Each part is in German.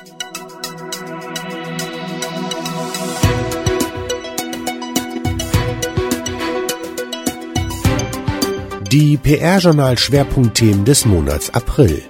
Die PR-Journal-Schwerpunktthemen des Monats April.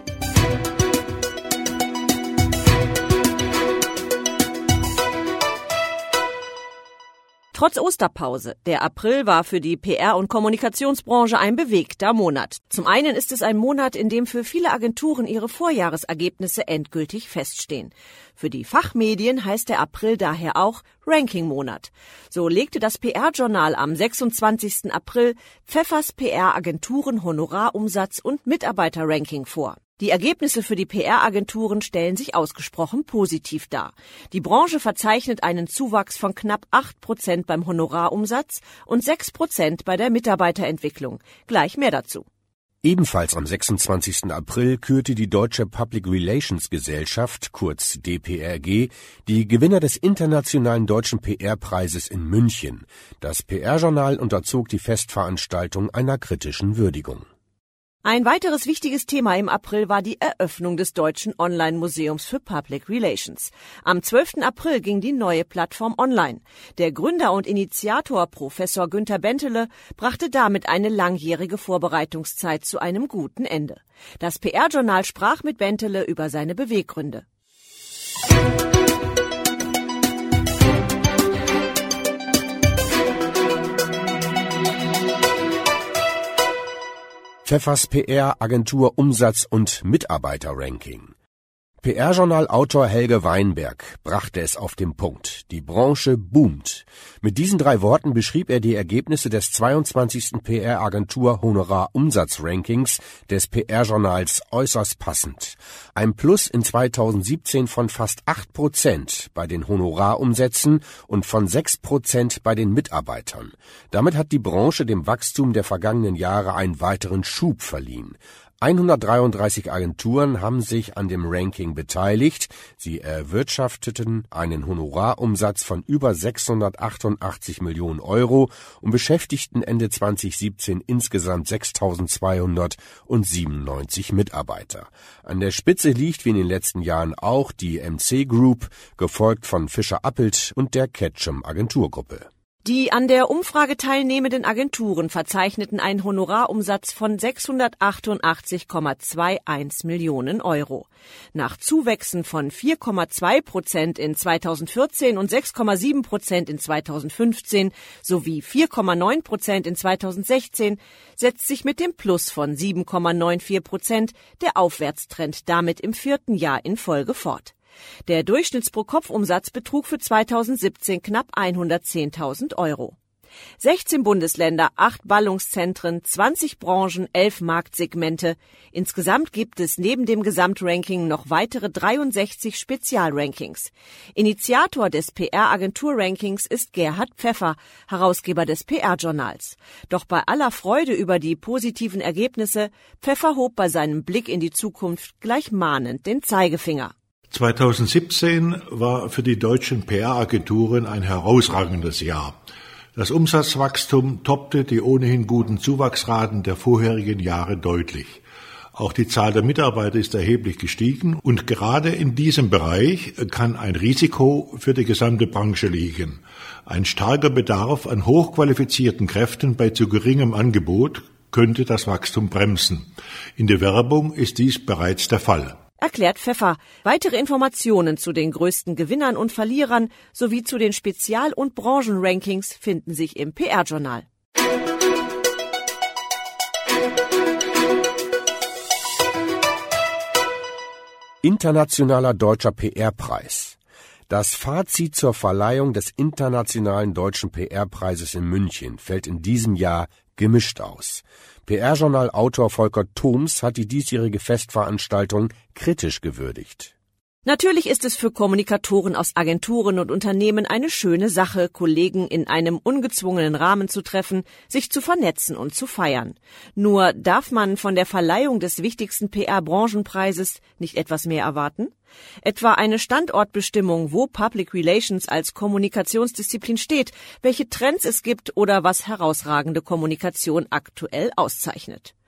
Trotz Osterpause, der April war für die PR- und Kommunikationsbranche ein bewegter Monat. Zum einen ist es ein Monat, in dem für viele Agenturen ihre Vorjahresergebnisse endgültig feststehen. Für die Fachmedien heißt der April daher auch Ranking-Monat. So legte das PR-Journal am 26. April Pfeffers PR-Agenturen Honorarumsatz und Mitarbeiter-Ranking vor. Die Ergebnisse für die PR-Agenturen stellen sich ausgesprochen positiv dar. Die Branche verzeichnet einen Zuwachs von knapp 8% beim Honorarumsatz und 6% bei der Mitarbeiterentwicklung. Gleich mehr dazu. Ebenfalls am 26. April kürte die Deutsche Public Relations Gesellschaft, kurz DPRG, die Gewinner des Internationalen Deutschen PR-Preises in München. Das PR-Journal unterzog die Festveranstaltung einer kritischen Würdigung. Ein weiteres wichtiges Thema im April war die Eröffnung des Deutschen Online-Museums für Public Relations. Am 12. April ging die neue Plattform online. Der Gründer und Initiator Professor Günter Bentele brachte damit eine langjährige Vorbereitungszeit zu einem guten Ende. Das PR-Journal sprach mit Bentele über seine Beweggründe. Pfeffers PR-Agentur Umsatz- und Mitarbeiter-Ranking. PR-Journal-Autor Helge Weinberg brachte es auf den Punkt. Die Branche boomt. Mit diesen 3 Worten beschrieb er die Ergebnisse des 22. PR-Agentur-Honorar-Umsatz-Rankings des PR-Journals äußerst passend. Ein Plus in 2017 von fast 8% bei den Honorarumsätzen und von 6% bei den Mitarbeitern. Damit hat die Branche dem Wachstum der vergangenen Jahre einen weiteren Schub verliehen. 133 Agenturen haben sich an dem Ranking beteiligt. Sie erwirtschafteten einen Honorarumsatz von über 688 Millionen Euro und beschäftigten Ende 2017 insgesamt 6.297 Mitarbeiter. An der Spitze liegt wie in den letzten Jahren auch die MC Group, gefolgt von Fischer Appelt und der Ketchum Agenturgruppe. Die an der Umfrage teilnehmenden Agenturen verzeichneten einen Honorarumsatz von 688,21 Millionen Euro. Nach Zuwächsen von 4,2% in 2014 und 6,7% in 2015 sowie 4,9% in 2016 setzt sich mit dem Plus von 7,94% der Aufwärtstrend damit im 4. Jahr in Folge fort. Der Durchschnitts-Pro-Kopf-Umsatz betrug für 2017 knapp 110.000 Euro. 16 Bundesländer, 8 Ballungszentren, 20 Branchen, 11 Marktsegmente. Insgesamt gibt es neben dem Gesamtranking noch weitere 63 Spezialrankings. Initiator des PR-Agentur-Rankings ist Gerhard Pfeffer, Herausgeber des PR-Journals. Doch bei aller Freude über die positiven Ergebnisse, Pfeffer hob bei seinem Blick in die Zukunft gleich mahnend den Zeigefinger. 2017 war für die deutschen PR-Agenturen ein herausragendes Jahr. Das Umsatzwachstum toppte die ohnehin guten Zuwachsraten der vorherigen Jahre deutlich. Auch die Zahl der Mitarbeiter ist erheblich gestiegen und gerade in diesem Bereich kann ein Risiko für die gesamte Branche liegen. Ein starker Bedarf an hochqualifizierten Kräften bei zu geringem Angebot könnte das Wachstum bremsen. In der Werbung ist dies bereits der Fall. Erklärt Pfeffer. Weitere Informationen zu den größten Gewinnern und Verlierern sowie zu den Spezial- und Branchenrankings finden sich im PR-Journal. Internationaler Deutscher PR-Preis. Das Fazit zur Verleihung des Internationalen Deutschen PR-Preises in München fällt in diesem Jahr gemischt aus. PR-Journal-Autor Volker Thoms hat die diesjährige Festveranstaltung kritisch gewürdigt. Natürlich ist es für Kommunikatoren aus Agenturen und Unternehmen eine schöne Sache, Kollegen in einem ungezwungenen Rahmen zu treffen, sich zu vernetzen und zu feiern. Nur darf man von der Verleihung des wichtigsten PR-Branchenpreises nicht etwas mehr erwarten? Etwa eine Standortbestimmung, wo Public Relations als Kommunikationsdisziplin steht, welche Trends es gibt oder was herausragende Kommunikation aktuell auszeichnet.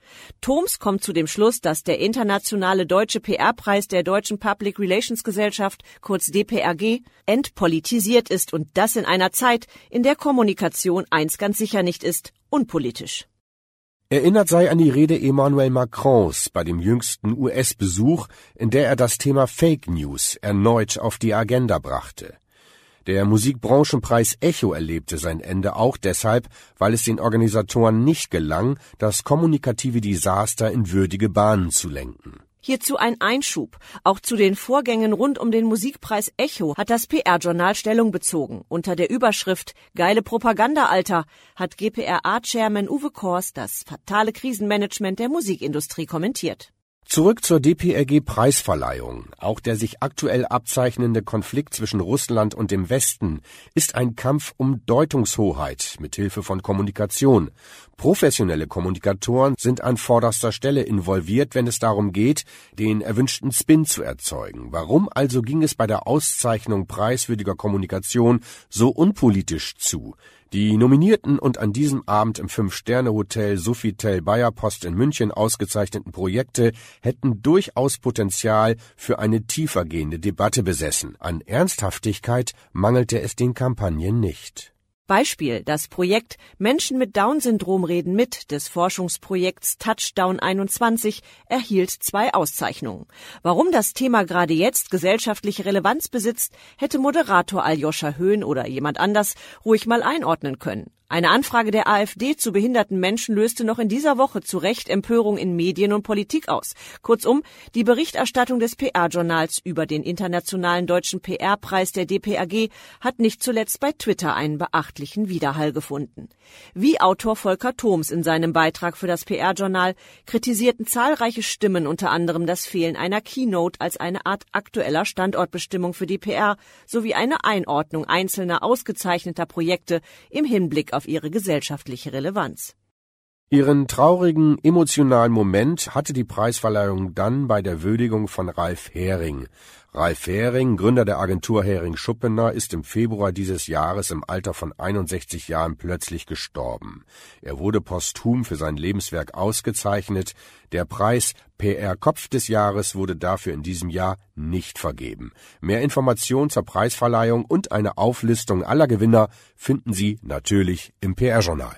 Thoms kommt zu dem Schluss, dass der internationale Deutsche PR-Preis der Deutschen Public Relations Gesellschaft, kurz DPRG, entpolitisiert ist und das in einer Zeit, in der Kommunikation eins ganz sicher nicht ist: unpolitisch. Erinnert sei an die Rede Emmanuel Macrons bei dem jüngsten US-Besuch, in der er das Thema Fake News erneut auf die Agenda brachte. Der Musikbranchenpreis Echo erlebte sein Ende auch deshalb, weil es den Organisatoren nicht gelang, das kommunikative Desaster in würdige Bahnen zu lenken. Hierzu ein Einschub. Auch zu den Vorgängen rund um den Musikpreis Echo hat das PR-Journal Stellung bezogen. Unter der Überschrift »Geile Propaganda, Alter« hat GPRA-Chairman Uwe Kors das fatale Krisenmanagement der Musikindustrie kommentiert. Zurück zur DPRG-Preisverleihung. Auch der sich aktuell abzeichnende Konflikt zwischen Russland und dem Westen ist ein Kampf um Deutungshoheit mit Hilfe von Kommunikation. Professionelle Kommunikatoren sind an vorderster Stelle involviert, wenn es darum geht, den erwünschten Spin zu erzeugen. Warum also ging es bei der Auszeichnung preiswürdiger Kommunikation so unpolitisch zu? Die nominierten und an diesem Abend im 5-Sterne-Hotel Sofitel Bayerpost in München ausgezeichneten Projekte hätten durchaus Potenzial für eine tiefergehende Debatte besessen. An Ernsthaftigkeit mangelte es den Kampagnen nicht. Beispiel: Das Projekt Menschen mit Down-Syndrom reden mit des Forschungsprojekts Touchdown 21 erhielt 2 Auszeichnungen. Warum das Thema gerade jetzt gesellschaftliche Relevanz besitzt, hätte Moderator Aljoscha Höhn oder jemand anders ruhig mal einordnen können. Eine Anfrage der AfD zu behinderten Menschen löste noch in dieser Woche zu Recht Empörung in Medien und Politik aus. Kurzum, die Berichterstattung des PR-Journals über den internationalen deutschen PR-Preis der DPRG hat nicht zuletzt bei Twitter einen beachtlichen Widerhall gefunden. Wie Autor Volker Thoms in seinem Beitrag für das PR-Journal kritisierten zahlreiche Stimmen unter anderem das Fehlen einer Keynote als eine Art aktueller Standortbestimmung für die PR sowie eine Einordnung einzelner ausgezeichneter Projekte im Hinblick auf ihre gesellschaftliche Relevanz. Ihren traurigen, emotionalen Moment hatte die Preisverleihung dann bei der Würdigung von Ralf Hering. Ralf Hering, Gründer der Agentur Hering-Schuppener, ist im Februar dieses Jahres im Alter von 61 Jahren plötzlich gestorben. Er wurde posthum für sein Lebenswerk ausgezeichnet. Der Preis PR-Kopf des Jahres wurde dafür in diesem Jahr nicht vergeben. Mehr Informationen zur Preisverleihung und eine Auflistung aller Gewinner finden Sie natürlich im PR-Journal.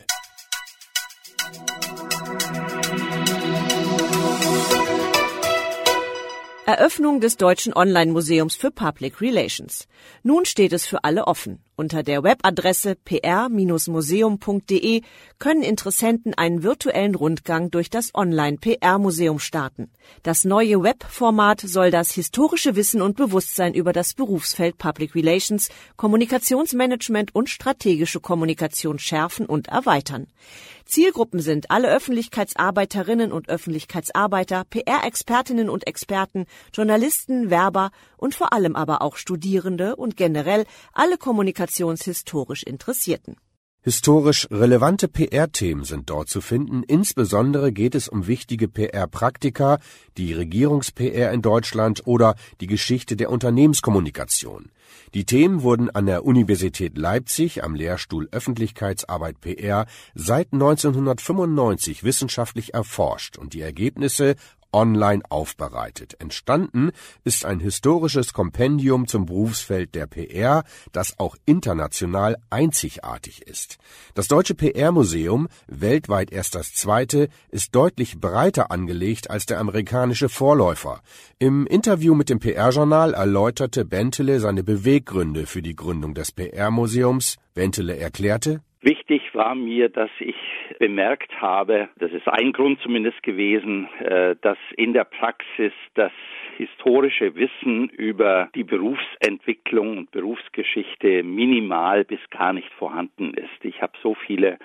Eröffnung des Deutschen Online-Museums für Public Relations. Nun steht es für alle offen. Unter der Webadresse pr-museum.de können Interessenten einen virtuellen Rundgang durch das Online-PR-Museum starten. Das neue Webformat soll das historische Wissen und Bewusstsein über das Berufsfeld Public Relations, Kommunikationsmanagement und strategische Kommunikation schärfen und erweitern. Zielgruppen sind alle Öffentlichkeitsarbeiterinnen und Öffentlichkeitsarbeiter, PR-Expertinnen und Experten, Journalisten, Werber und vor allem aber auch Studierende und generell alle kommunikationshistorisch Interessierten. Historisch relevante PR-Themen sind dort zu finden. Insbesondere geht es um wichtige PR-Praktika, die Regierungs-PR in Deutschland oder die Geschichte der Unternehmenskommunikation. Die Themen wurden an der Universität Leipzig am Lehrstuhl Öffentlichkeitsarbeit PR seit 1995 wissenschaftlich erforscht und die Ergebnisse online aufbereitet. Entstanden ist ein historisches Kompendium zum Berufsfeld der PR, das auch international einzigartig ist. Das Deutsche PR-Museum, weltweit erst das zweite, ist deutlich breiter angelegt als der amerikanische Vorläufer. Im Interview mit dem PR-Journal erläuterte Bentele seine Beweggründe für die Gründung des PR-Museums. Bentele erklärte: Wichtig war mir, dass ich bemerkt habe, das ist ein Grund zumindest gewesen, dass in der Praxis das historische Wissen über die Berufsentwicklung und Berufsgeschichte minimal bis gar nicht vorhanden ist. Ich habe so viele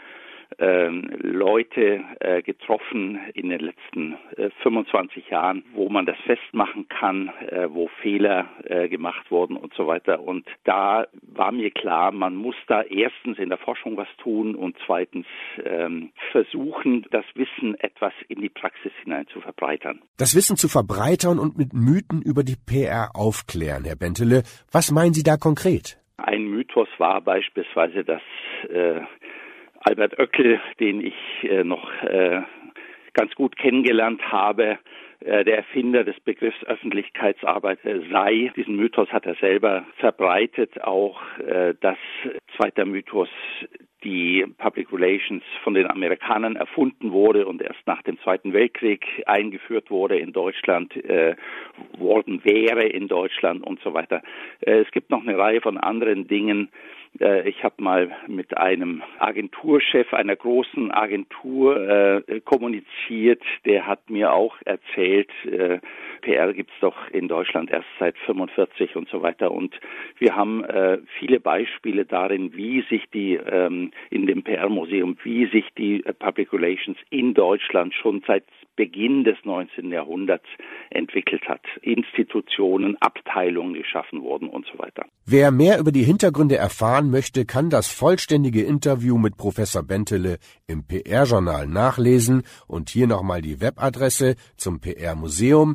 Leute getroffen in den letzten 25 Jahren, wo man das festmachen kann, wo Fehler gemacht wurden und so weiter. Und da war mir klar, man muss da erstens in der Forschung was tun und zweitens versuchen, das Wissen etwas in die Praxis hinein zu verbreitern. Das Wissen zu verbreitern und mit Mythen über die PR aufklären, Herr Bentele. Was meinen Sie da konkret? Ein Mythos war beispielsweise, dass Albert Oeckel, den ich noch ganz gut kennengelernt habe, der Erfinder des Begriffs Öffentlichkeitsarbeit sei. Diesen Mythos hat er selber verbreitet. Auch das zweiter Mythos, die Public Relations von den Amerikanern erfunden wurde und erst nach dem Zweiten Weltkrieg eingeführt wurde in Deutschland, worden wäre in Deutschland und so weiter. Es gibt noch eine Reihe von anderen Dingen. Ich habe mal mit einem Agenturchef einer großen Agentur kommuniziert, der hat mir auch erzählt, PR gibt's doch in Deutschland erst seit 45 und so weiter, und wir haben viele Beispiele darin, wie sich die in dem PR-Museum, wie sich die Public Relations in Deutschland schon seit Beginn des 19. Jahrhunderts entwickelt hat. Institutionen, Abteilungen geschaffen wurden und so weiter. Wer mehr über die Hintergründe erfahren möchte, kann das vollständige Interview mit Professor Bentele im PR-Journal nachlesen, und hier nochmal die Webadresse zum PR-Museum: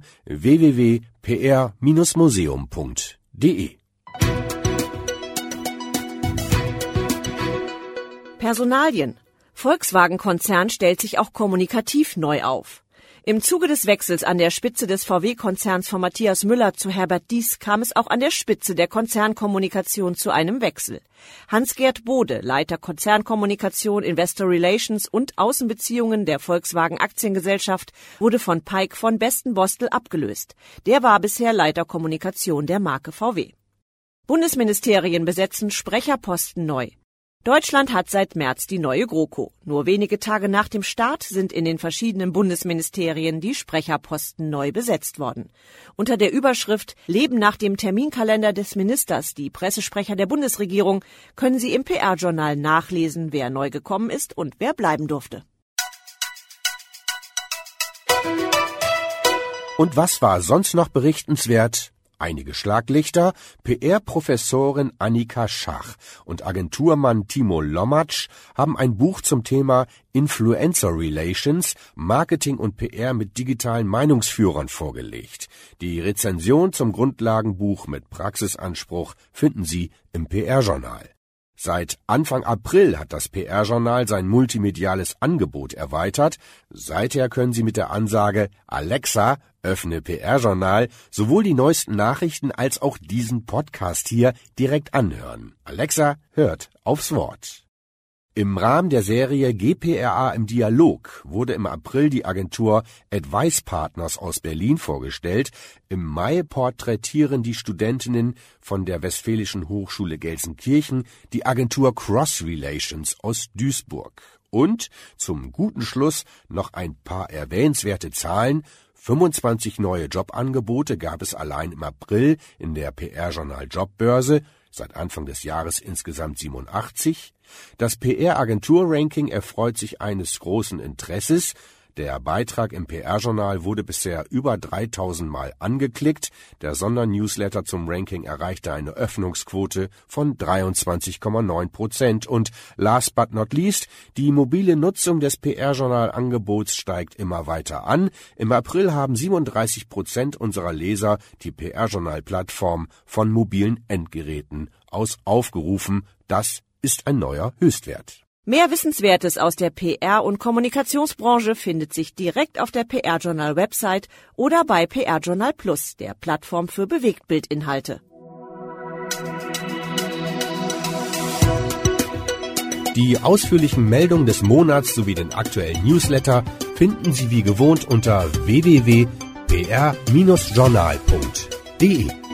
www.pr-museum.de. Personalien. Volkswagen-Konzern stellt sich auch kommunikativ neu auf. Im Zuge des Wechsels an der Spitze des VW-Konzerns von Matthias Müller zu Herbert Diess kam es auch an der Spitze der Konzernkommunikation zu einem Wechsel. Hans-Gert Bode, Leiter Konzernkommunikation, Investor Relations und Außenbeziehungen der Volkswagen Aktiengesellschaft, wurde von Peik von Bestenbostel abgelöst. Der war bisher Leiter Kommunikation der Marke VW. Bundesministerien besetzen Sprecherposten neu. Deutschland hat seit März die neue GroKo. Nur wenige Tage nach dem Start sind in den verschiedenen Bundesministerien die Sprecherposten neu besetzt worden. Unter der Überschrift »Leben nach dem Terminkalender des Ministers, die Pressesprecher der Bundesregierung« können Sie im PR-Journal nachlesen, wer neu gekommen ist und wer bleiben durfte. Und was war sonst noch berichtenswert? Einige Schlaglichter: PR-Professorin Annika Schach und Agenturmann Timo Lommatsch haben ein Buch zum Thema Influencer Relations, Marketing und PR mit digitalen Meinungsführern vorgelegt. Die Rezension zum Grundlagenbuch mit Praxisanspruch finden Sie im PR-Journal. Seit Anfang April hat das PR-Journal sein multimediales Angebot erweitert. Seither können Sie mit der Ansage »Alexa, öffne PR-Journal« sowohl die neuesten Nachrichten als auch diesen Podcast hier direkt anhören. Alexa hört aufs Wort. Im Rahmen der Serie GPRA im Dialog wurde im April die Agentur Advice Partners aus Berlin vorgestellt. Im Mai porträtieren die Studentinnen von der Westfälischen Hochschule Gelsenkirchen die Agentur Cross Relations aus Duisburg. Und zum guten Schluss noch ein paar erwähnenswerte Zahlen. 25 neue Jobangebote gab es allein im April in der PR-Journal Jobbörse, seit Anfang des Jahres insgesamt 87. Das PR-Agentur-Ranking erfreut sich eines großen Interesses. Der Beitrag im PR-Journal wurde bisher über 3000 Mal angeklickt. Der Sondernewsletter zum Ranking erreichte eine Öffnungsquote von 23,9%. Und last but not least, die mobile Nutzung des PR-Journal-Angebots steigt immer weiter an. Im April haben 37% unserer Leser die PR-Journal-Plattform von mobilen Endgeräten aus aufgerufen. Das ist ein neuer Höchstwert. Mehr Wissenswertes aus der PR- und Kommunikationsbranche findet sich direkt auf der PR-Journal-Website oder bei PR-Journal Plus, der Plattform für Bewegtbildinhalte. Die ausführlichen Meldungen des Monats sowie den aktuellen Newsletter finden Sie wie gewohnt unter www.pr-journal.de.